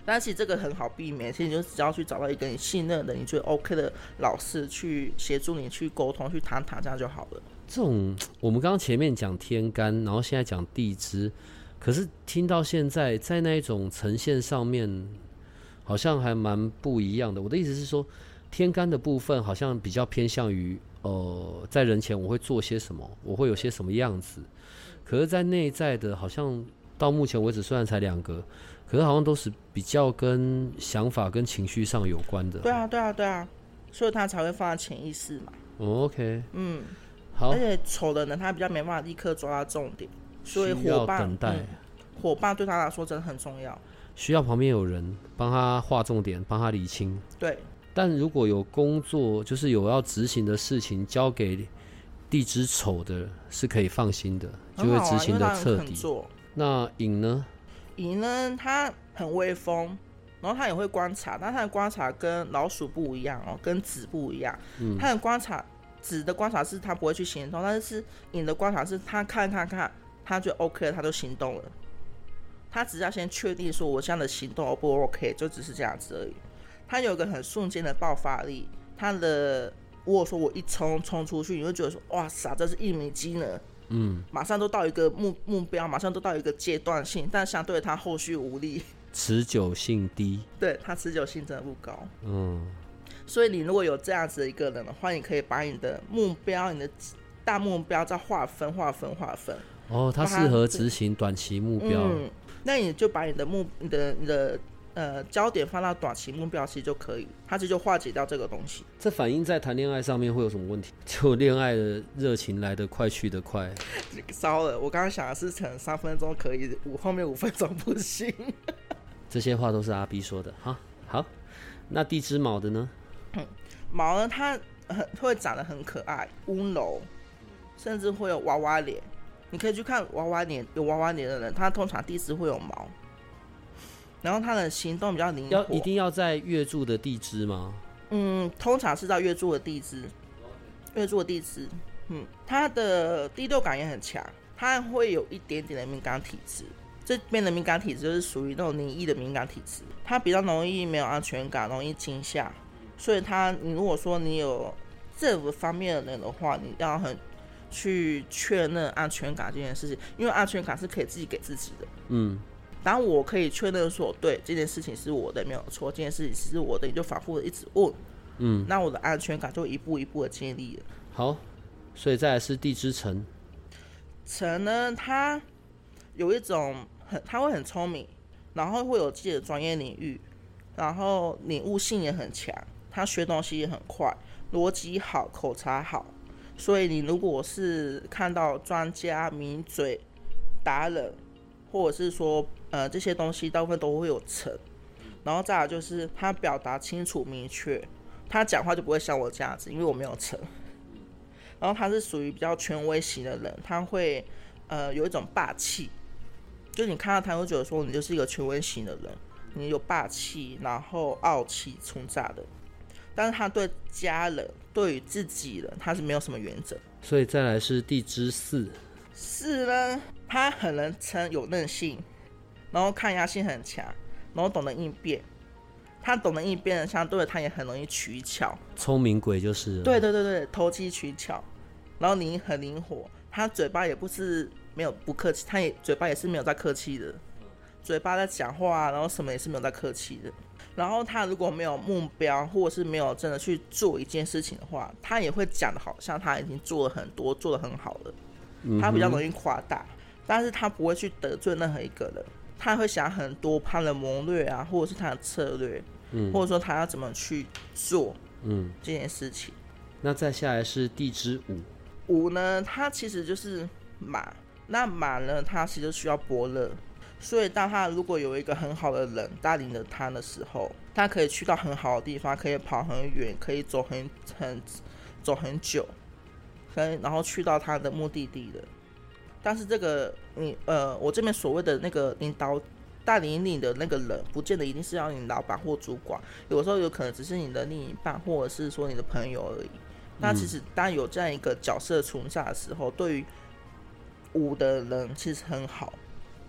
但是其实这个很好避免，其实你就只要去找到一个你信任的、你觉得 OK 的老师去协助你去沟通、去谈谈，这样就好了。 这种我们刚刚前面讲天干，然后现在讲地支，可是听到现在在那一种呈现上面，好像还蛮不一样的。我的意思是说，天干的部分好像比较偏向于呃，在人前我会做些什么，我会有些什么样子。可是，在内在的，好像到目前为止虽然才两个，可是好像都是比较跟想法跟情绪上有关的。 对啊，对啊，对啊，所以他才会放在潜意识嘛。 哦 OK， 嗯， 好。 而且丑的人他比较没办法立刻抓到重点，所以伙伴等待、嗯， 伙伴对他来说真的很重要。 需要旁边有人帮他画重点，帮他理清。 对。 但如果有工作，就是有要执行的事情交给地支丑的，是可以放心的，就会执行的彻底。 啊、 那寅呢？ 寅呢，他很威风，然后他也会观察，但他的观察跟老鼠不一样哦，跟子不一样。嗯，他的观察，子的观察是他不会去行动，但是寅的观察是他看看看，他就 OK 了，他就行动了。他只要先确定说我这样的行动 O 不 OK， 就只是这样子而已。他有一个很瞬间的爆发力，他的如果说我一冲冲出去，你会觉得说哇塞，这是一鸣惊人，嗯，马上都到一个 目, 目标，马上都到一个阶段性，但相对他后续无力， 持久性低， 对他持久性真的不高， 嗯， 所以你如果有这样子的一个人的话，你可以把你的目标、你的大目标再划分、划分、划分。 哦，他适合执行短期目标， 嗯，那你就把你的目、你的、你的。呃，焦点放到短期目标其实就可以，它其实就化解掉这个东西。 这反映在谈恋爱上面会有什么问题？就恋爱的热情来得快去得快。 糟了，我刚刚想的是可能三分钟可以，五后面五分钟不行。 这些话都是阿 B 说的哈。好，那地支卯的呢？ 嗯、卯呢，它很会长得很可爱、温柔，甚至会有娃娃脸。你可以去看娃娃脸，有娃娃脸的人，他通常地支会有毛。然后他的行动比较灵活， 要一定要在月柱的地支吗？ 嗯，通常是在月柱的地支，月柱的地支，嗯，他的第六感也很强，他会有一点点的敏感体质。这边的敏感体质就是属于那种灵异的敏感体质，他比较容易没有安全感，容易惊吓，所以他，你如果说你有这个方面的人的话，你要很去确认安全感这件事情，因为安全感是可以自己给自己的，嗯。当我可以确认说，对这件事情是我的，没有错，这件事情是我的，你就反复的一直问，嗯，那我的安全感就一步一步的建立了。 好，所以再来是地支辰。 辰呢，他有一种很，他会很聪明，然后会有自己的专业领域，然后领悟性也很强，他学东西也很快，逻辑好，口才好，所以你如果是看到专家、名嘴、达人，或者是说呃，这些东西大部分都会有成，然后再来就是他表达清楚明确，他讲话就不会像我这样子，因为我没有成。然后他是属于比较权威型的人，他会呃有一种霸气，就你看到他会觉得说你就是一个权威型的人，你有霸气，然后傲气冲炸的。但是他对家人、对于自己人，他是没有什么原则。 所以再来是地支巳。 巳呢，他很能撑，有韧性。然后抗压性很强，然后懂得应变。他懂得应变的，相对的他也很容易取巧， 聪明鬼就是了。 对对对对，投机取巧，然后你很灵活。他嘴巴也不是没有不客气，他也嘴巴也是没有在客气的，嘴巴在讲话，然后什么也是没有在客气的。然后他如果没有目标，或者是没有真的去做一件事情的话，他也会讲的好像他已经做了很多，做得很好了。他比较容易夸大，但是他不会去得罪任何一个人。他会想很多他的谋略啊，或者是他的策略，嗯、或者说他要怎么去做这件事情。嗯、 那再下来是地支午。 午呢，它其实就是马。那马呢，它其实需要伯乐，所以当他如果有一个很好的人带领着他的时候，他可以去到很好的地方，可以跑很远，可以走很很走很久，可以然后去到他的目的地的。但是这个你呃，我这边所谓的那个领导带领你的那个人，不见得一定是要你老板或主管，有时候有可能只是你的另一半，或者是说你的朋友而已。那其实当有这样一个角色存在的时候，对于五的人其实很好，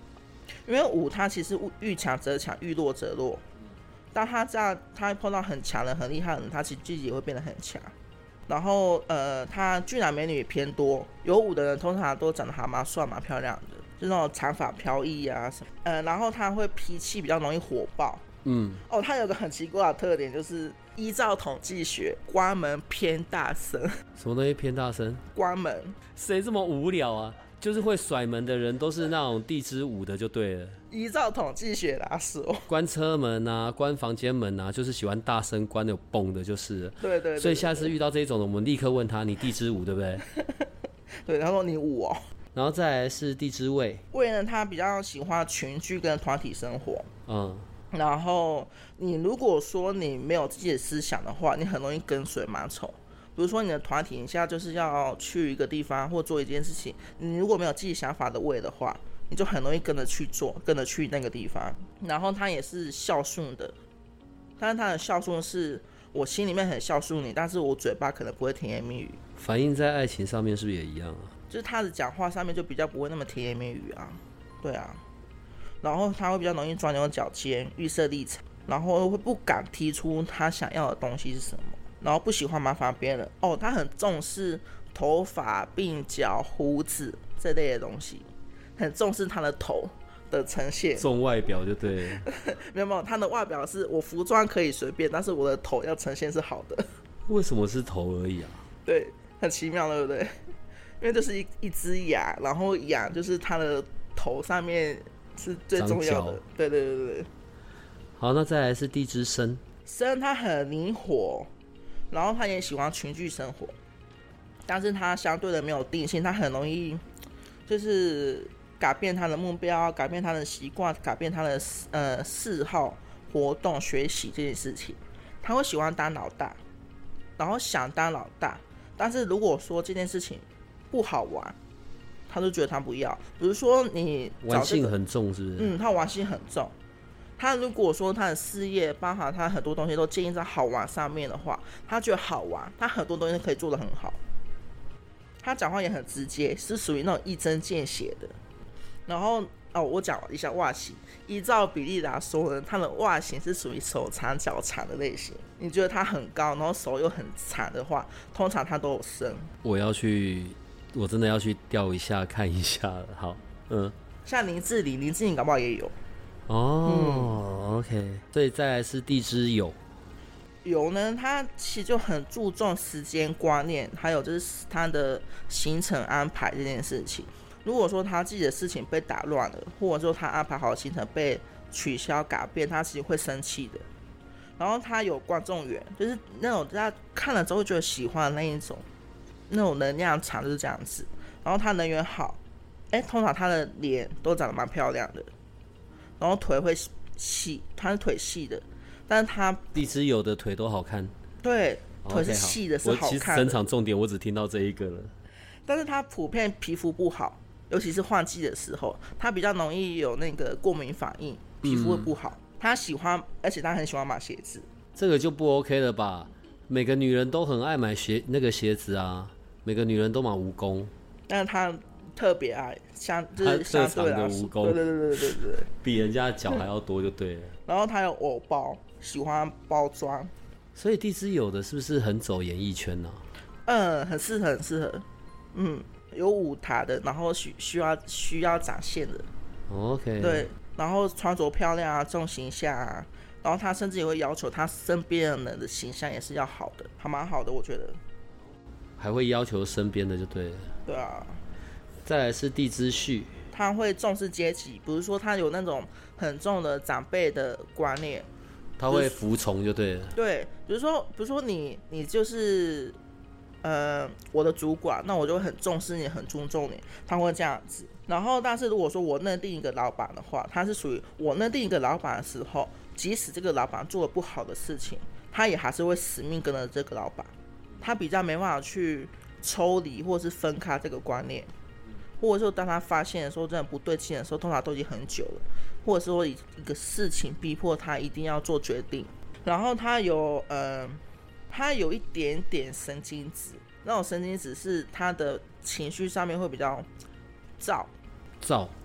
因为五它其实遇强则强，遇弱则弱。当他这样，他碰到很强的、很厉害的人，他其实自己也会变得很强。然后，呃，他俊男美女偏多，有五的人通常都长得还蛮帅、蛮漂亮的，就那种长发飘逸啊什么。呃，然后他会脾气比较容易火爆。 嗯， 哦，他有个很奇怪的特点，就是依照统计学，关门偏大声。 什么东西偏大声？ 关门。 谁这么无聊啊？就是会甩门的人都是那种地支午的就对了。 依照统计学来说， 关车门啊，关房间门啊，就是喜欢大声关有嘣的，就是了。 对 对, 对, 对, 对。 所以下次遇到这种的，我们立刻问他：你地支午对不对？ 对，他说你午哦。 然后再来是地支未。 未呢，他比较喜欢群居跟团体生活。 嗯。 然后你如果说你没有自己的思想的话，你很容易跟随马丑。比如说你的团体，你现在就是要去一个地方或做一件事情，你如果没有自己想法的位的话，你就很容易跟着去做，跟着去那个地方。然后他也是孝顺的，但是他的孝顺是我心里面很孝顺你，但是我嘴巴可能不会甜言蜜语。 反映在爱情上面是不是也一样啊？ 就是他的讲话上面就比较不会那么甜言蜜语啊，对啊。然后他会比较容易钻牛角尖，预设立场，然后会不敢提出他想要的东西是什么。然后不喜欢麻烦别人哦，他很重视头发、鬓角、胡子这类的东西，很重视他的头的呈现， 重外表就对了。 没有没有，他的外表是我服装可以随便，但是我的头要呈现是好的。 为什么是头而已啊？ 对，很奇妙，对不对？因为就是一一只羊，然后羊就是他的头上面是最重要的。对对对对。 好，那再来是地支申。 申他很灵活。然后他也喜欢群居生活，但是他相对的没有定性，他很容易就是改变他的目标，改变他的习惯，改变他的呃嗜好、活动、学习这件事情。他会喜欢当老大，然后想当老大，但是如果说这件事情不好玩，他就觉得他不要。比如说你找、这个、 玩性很重，是不是？ 嗯，他玩性很重。他如果说他的事业包含他很多东西都建立在好玩上面的话，他觉得好玩，他很多东西可以做得很好。他讲话也很直接，是属于那种一针见血的。然后哦，我讲一下袜型，依照比例来说呢，他的袜型是属于手长脚长的类型。你觉得他很高，然后手又很长的话，通常他都有生。 我要去，我真的要去调一下看一下了。好，嗯， 像林志玲，林志玲搞不好也有。 哦、嗯、，OK， 所以再来是地支酉。 酉呢，他其实就很注重时间观念，还有就是他的行程安排这件事情。如果说他自己的事情被打乱了，或者说他安排好的行程被取消改变，他其实会生气的。然后他有观众缘，就是那种大家看了之后会觉得喜欢的那一种，那种能量场就是这样子。然后他人缘好，哎，通常他的脸都长得蛮漂亮的。然后腿会细，他是腿细的，但是他地支酉的腿都好看， 对，腿是细的， okay, 是好看的。 我其实整场重点我只听到这一个了。 但是他普遍皮肤不好，尤其是换季的时候，他比较容易有那个过敏反应，皮肤会不好。嗯、他喜欢，而且他很喜欢买鞋子， 这个就不 OK 了吧？每个女人都很爱买鞋那个鞋子啊，每个女人都买蜈蚣， 但是他特别爱，相就是相对来说，对对对对对对， 比人家的脚还要多就对了。 然后他有偶包，喜欢包装， 所以地支酉的是不是很走演艺圈呢、啊？ 嗯，很适合，很适合。嗯，有舞台的，然后需需要需要展现的。 OK。 对，然后穿着漂亮啊，重形象啊，然后他甚至也会要求他身边的人的形象也是要好的，还蛮好的，我觉得。 还会要求身边的就对了。 对啊。 再来是地支戌， 他会重视阶级，比如说他有那种很重的长辈的观念， 他会服从就对了。 对，比如说，比如说你，你就是呃我的主管，那我就会很重视你，很尊重你，他会这样子。然后，但是如果说我认定一个老板的话，他是属于我认定一个老板的时候，即使这个老板做了不好的事情，他也还是会死命跟着这个老板，他比较没办法去抽离或是分开这个观念。或者说当他发现的时候真的不对劲的时候，通常都已经很久了，或者说一个事情逼迫他一定要做决定。然后他有呃，他有一点点神经质，那种神经质是他的情绪上面会比较躁， 躁，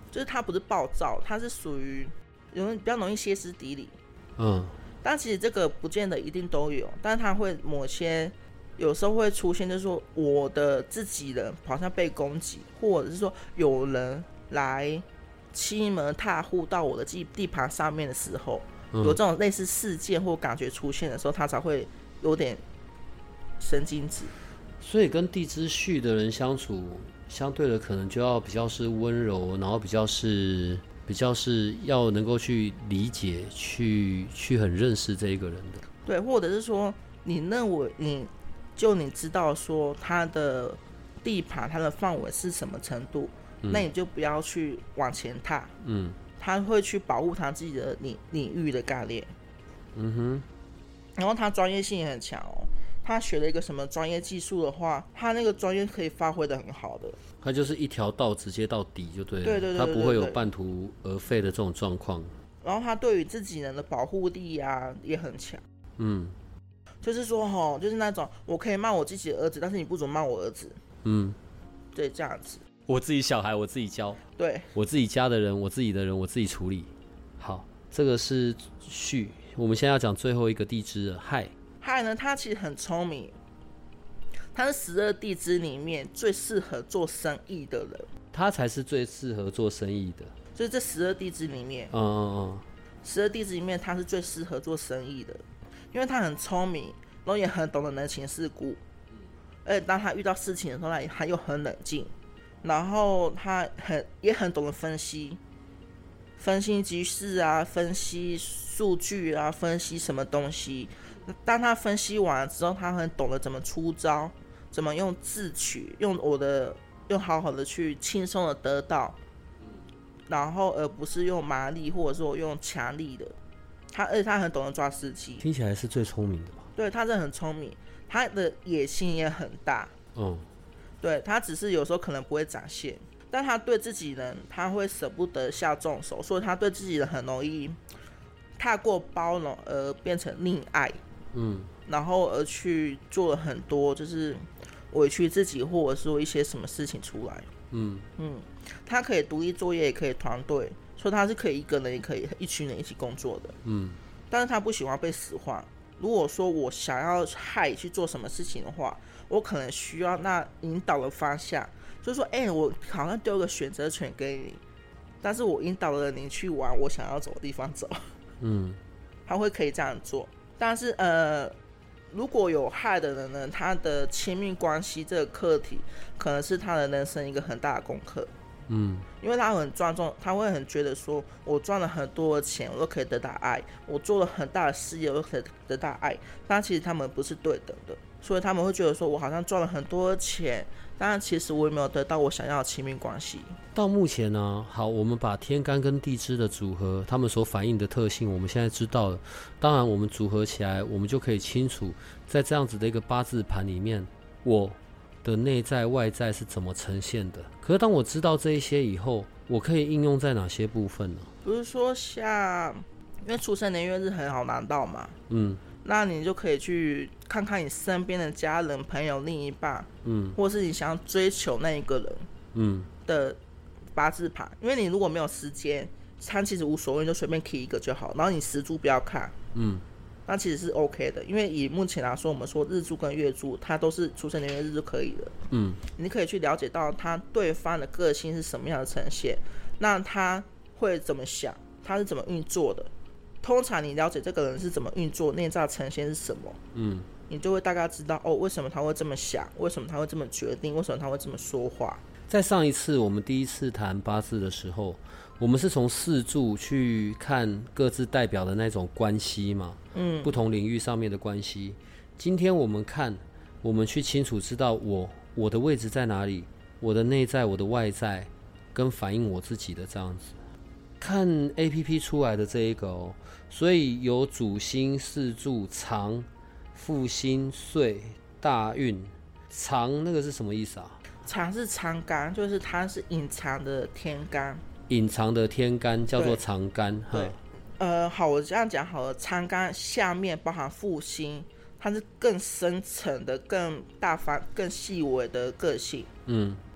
就是他不是暴躁，他是属于容易比较容易歇斯底里。 嗯， 但其实这个不见得一定都有，但是他会某些有时候会出现，就是说我的自己人好像被攻击，或者是说有人来欺门踏户到我的地地盘上面的时候， 嗯有这种类似事件或感觉出现的时候，他才会有点神经质。 所以跟地支戌的人相处，相对的可能就要比较是温柔，然后比较是比较是要能够去理解，去去很认识这一个人的。 对，或者是说你认为你就你知道说他的地盘他的范围是什么程度，嗯、那你就不要去往前踏。嗯，他会去保护他自己的领领域的概念。嗯哼，然后他专业性也很强哦。他学了一个什么专业技术的话，他那个专业可以发挥的很好的。 他就是一条道直接到底就对了， 对对对对对对， 他不会有半途而废的这种状况。 然后他对于自己人的保护力啊也很强。嗯，就是说吼，就是那种我可以骂我自己的儿子，但是你不准骂我儿子。嗯，对，这样子。 我自己小孩我自己教， 对， 我自己家的人，我自己的人我自己处理。好，这个是戌，我们现在要讲最后一个地支了，亥。 亥呢，他其实很聪明，他是十二地支里面最适合做生意的人， 他才是最适合做生意的。 就是这十二地支里面， 嗯嗯嗯， 十二地支里面他是最适合做生意的，因为他很聪明，然后也很懂得人情世故，而且当他遇到事情的时候，他又很冷静，然后他很也很懂得分析，分析局势啊，分析数据啊，分析什么东西。当他分析完了之后，他很懂得怎么出招，怎么用智取，用我的用好好的去轻松的得到，然后而不是用麻力或者说用强力的。他而且他很懂得抓时机， 听起来是最聪明的吧？ 对，他真的很聪明，他的野心也很大。嗯，对，他只是有时候可能不会展现，但他对自己人他会舍不得下重手，所以他对自己人很容易太过包容而变成溺爱。嗯，然后而去做了很多就是委屈自己或者说一些什么事情出来。嗯嗯，他可以独立作业，也可以团队，所以他是可以一个人也可以一群人一起工作的。嗯，但是他不喜欢被使唤。如果说我想要害去做什么事情的话，我可能需要那引导的方向，就是说，哎、欸，我好像丢个选择权给你，但是我引导了你去往我想要走的地方走。嗯，他会可以这样做。但是呃，如果有害的人呢，他的亲密关系这个课题，可能是他的人生一个很大的功课。嗯，因为他很注重，他会很觉得说，我赚了很多的钱，我都可以得到爱；我做了很大的事业，我都可以得到爱。但其实他们不是对等的，所以他们会觉得说，我好像赚了很多的钱，但其实我也没有得到我想要的亲密关系。 到目前呢，好，我们把天干跟地支的组合，他们所反映的特性，我们现在知道了。当然，我们组合起来，我们就可以清楚，在这样子的一个八字盘里面，我的内在外在是怎么呈现的。可是当我知道这一些以后，我可以应用在哪些部分呢？ 比如说像，因为出生年月日很好拿到嘛，嗯，那你就可以去看看你身边的家人、朋友、另一半，嗯，或是你想要追求那一个人，嗯的八字盘。因为你如果没有时间，它其实无所谓，就随便 key 一个就好，然后你时柱不要看，嗯。那其实是 OK 的，因为以目前来说，我们说日柱跟月柱，它都是出生年月日就可以了。嗯，你可以去了解到他对方的个性是什么样的呈现，那他会怎么想，他是怎么运作的。通常你了解这个人是怎么运作，内在呈现是什么，嗯，你就会大概知道哦，为什么他会这么想，为什么他会这么决定，为什么他会这么说话。 在上一次我们第一次谈八字的时候，我们是从四柱去看各自代表的那种关系嘛，嗯，不同领域上面的关系。今天我们看，我们去清楚知道我我的位置在哪里，我的内在、我的外在，跟反映我自己的这样子。看 A P P 出来的这一个哦，所以有主星、四柱、藏、副星、岁、大运。藏那个是什么意思啊？ 藏是藏干，就是它是隐藏的天干。 隐藏的天干叫做藏干。 对，呃，好，我这样讲好了。藏干下面包含副星，它是更深层的、更大方、更细微的个性。嗯，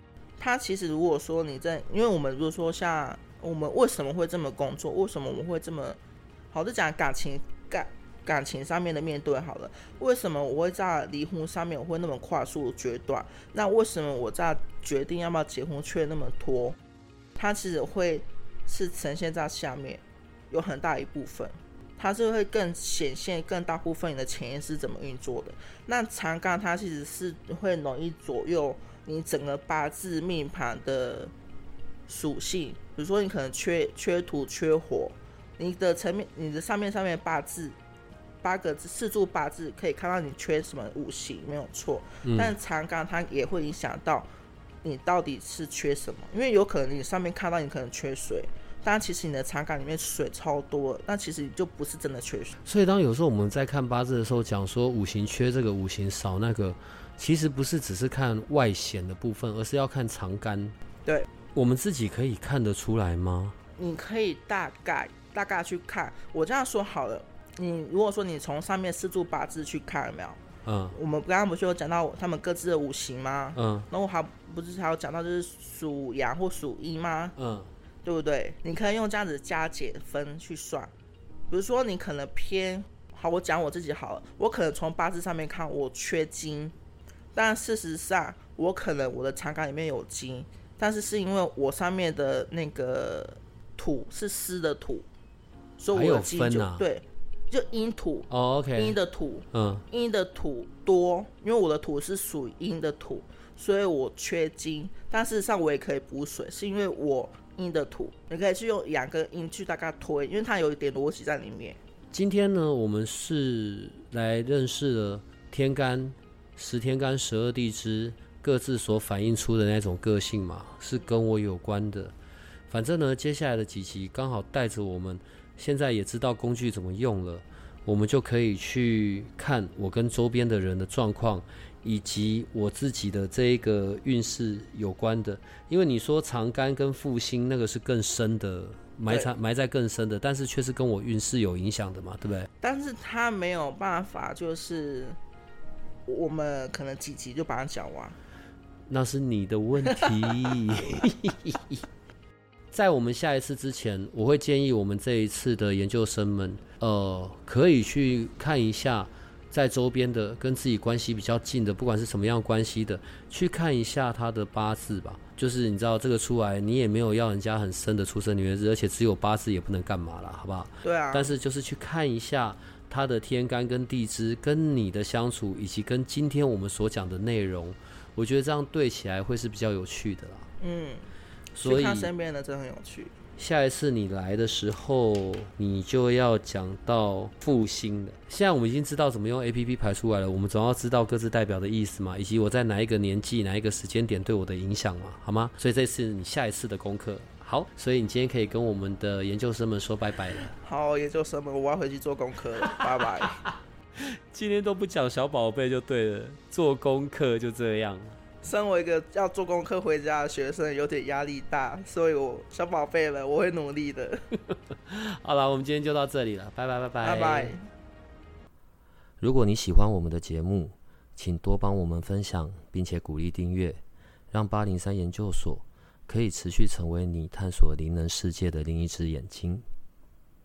它其实如果说你在，因为我们如果说像我们为什么会这么工作，为什么我们会这么好，就讲感情感感情上面的面对好了，为什么我会在离婚上面我会那么快速决断？那为什么我在决定要不要结婚却那么拖？它其实会是呈现在下面有很大一部分，它是会更显现更大部分你的潜意识怎么运作的。那长干它其实是会容易左右你整个八字命盘的属性，比如说你可能缺缺土缺火，你的层面你的上面上面八字八个字四柱八字可以看到你缺什么五行没有错，嗯、但长干它也会影响到你到底是缺什么，因为有可能你上面看到你可能缺水，但其实你的长感里面水超多，那其实你就不是真的缺水。 所以当有时候我们在看八字的时候讲说五行缺这个五行少那个，其实不是只是看外显的部分，而是要看长干。 对， 我们自己可以看得出来吗？ 你可以大概大概去看，我这样说好了，你如果说你从上面四柱八字去看，有没有？嗯，我们刚刚不是有讲到他们各自的五行吗？嗯，然后还不是还有讲到就是属阳或属阴吗？嗯，对不对？你可以用这样子加减分去算，比如说你可能偏好，我讲我自己好了，我可能从八字上面看我缺金，但事实上我可能我的长感里面有金，但是是因为我上面的那个土是湿的土，所以我的金就、啊、对。就阴土哦、oh, ，OK， 阴的土，嗯，阴的土多，因为我的土是属阴的土，所以我缺金，但事实上我也可以补水，是因为我阴的土，你可以去用阳跟阴去大概推，因为它有一点逻辑在里面。 今天呢，我们是来认识了天干、十天干、十二地支各自所反映出的那种个性嘛，是跟我有关的。反正呢，接下来的几集刚好带着我们。现在也知道工具怎么用了，我们就可以去看我跟周边的人的状况，以及我自己的这一个运势有关的。因为你说长干跟复星那个是更深的，埋在埋在更深的，但是却是跟我运势有影响的嘛，对不对？ 但是他没有办法，就是我们可能几集就把它讲完， 那是你的问题。在我们下一次之前，我会建议我们这一次的研究生们，呃，可以去看一下在周边的跟自己关系比较近的，不管是什么样关系的，去看一下他的八字吧。就是你知道这个出来，你也没有要人家很深的出生年月日，而且只有八字也不能干嘛啦，好不好？ 对啊。 但是就是去看一下他的天干跟地支跟你的相处，以及跟今天我们所讲的内容，我觉得这样对起来会是比较有趣的啦。嗯。所以去看身边的真的很有趣。 下一次你来的时候，你就要讲到复兴的。现在我们已经知道怎么用 A P P 排出来了，我们总要知道各自代表的意思嘛，以及我在哪一个年纪、哪一个时间点对我的影响嘛，好吗？所以这是你下一次的功课。好，所以你今天可以跟我们的研究生们说拜拜了。 好，研究生们，我要回去做功课了，拜拜。 今天都不讲小宝贝就对了，做功课就这样。 身为一个要做功课回家的学生，有点压力大，所以我小宝贝了，我会努力的。 好了，我们今天就到这里了，拜拜拜拜拜拜。 如果你喜欢我们的节目，请多帮我们分享，并且鼓励订阅，让八零三研究所可以持续成为你探索灵能世界的另一只眼睛。